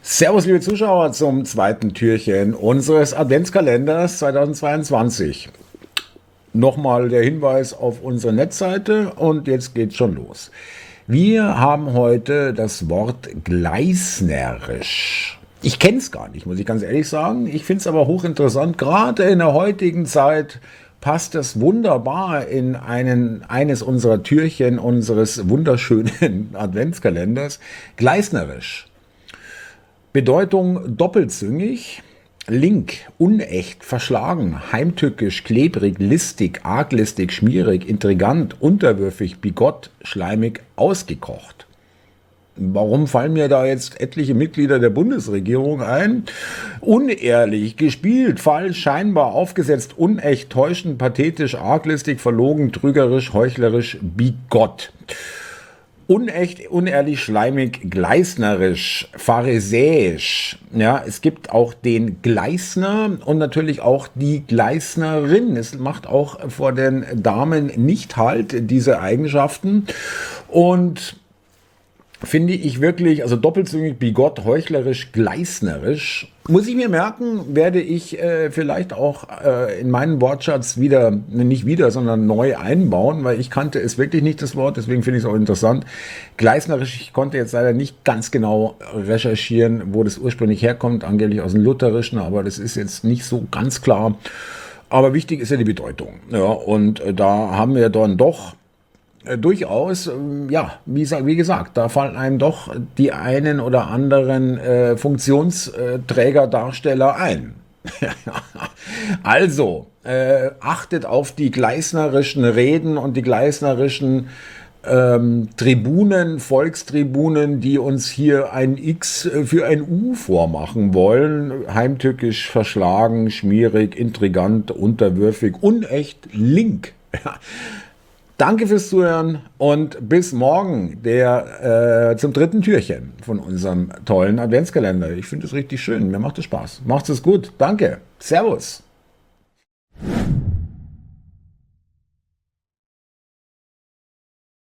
Servus, liebe Zuschauer, zum zweiten Türchen unseres Adventskalenders 2022. Nochmal der Hinweis auf unsere Netzseite und jetzt geht's schon los. Wir haben heute das Wort gleisnerisch. Ich kenne es gar nicht, muss ich ganz ehrlich sagen. Ich finde es aber hochinteressant. Gerade in der heutigen Zeit passt es wunderbar in eines unserer Türchen unseres wunderschönen Adventskalenders. Gleisnerisch. Bedeutung doppelzüngig, link, unecht, verschlagen, heimtückisch, klebrig, listig, arglistig, schmierig, intrigant, unterwürfig, bigott, schleimig, ausgekocht. Warum fallen mir da jetzt etliche Mitglieder der Bundesregierung ein? Unehrlich, gespielt, falsch, scheinbar, aufgesetzt, unecht, täuschend, pathetisch, arglistig, verlogen, trügerisch, heuchlerisch, bigott. Unecht, unehrlich, schleimig, gleisnerisch, pharisäisch. Ja, es gibt auch den Gleisner und natürlich auch die Gleisnerin. Es macht auch vor den Damen nicht halt, diese Eigenschaften. Und finde ich wirklich, also doppelzüngig, bigott, heuchlerisch, gleisnerisch. Muss ich mir merken, werde ich vielleicht auch in meinen Wortschatz sondern neu einbauen, weil ich kannte es wirklich nicht, das Wort, deswegen finde ich es auch interessant. Gleisnerisch, ich konnte jetzt leider nicht ganz genau recherchieren, wo das ursprünglich herkommt, angeblich aus dem Lutherischen, aber das ist jetzt nicht so ganz klar. Aber wichtig ist ja die Bedeutung. Ja, und da haben wir dann doch durchaus, wie gesagt, da fallen einem doch die einen oder anderen Funktionsträgerdarsteller ein. Also, achtet auf die gleisnerischen Reden und die gleisnerischen Tribunen, Volkstribunen, die uns hier ein X für ein U vormachen wollen. Heimtückisch, verschlagen, schmierig, intrigant, unterwürfig, unecht, link. Danke fürs Zuhören und bis morgen zum dritten Türchen von unserem tollen Adventskalender. Ich finde es richtig schön, mir macht es Spaß. Macht es gut, danke. Servus.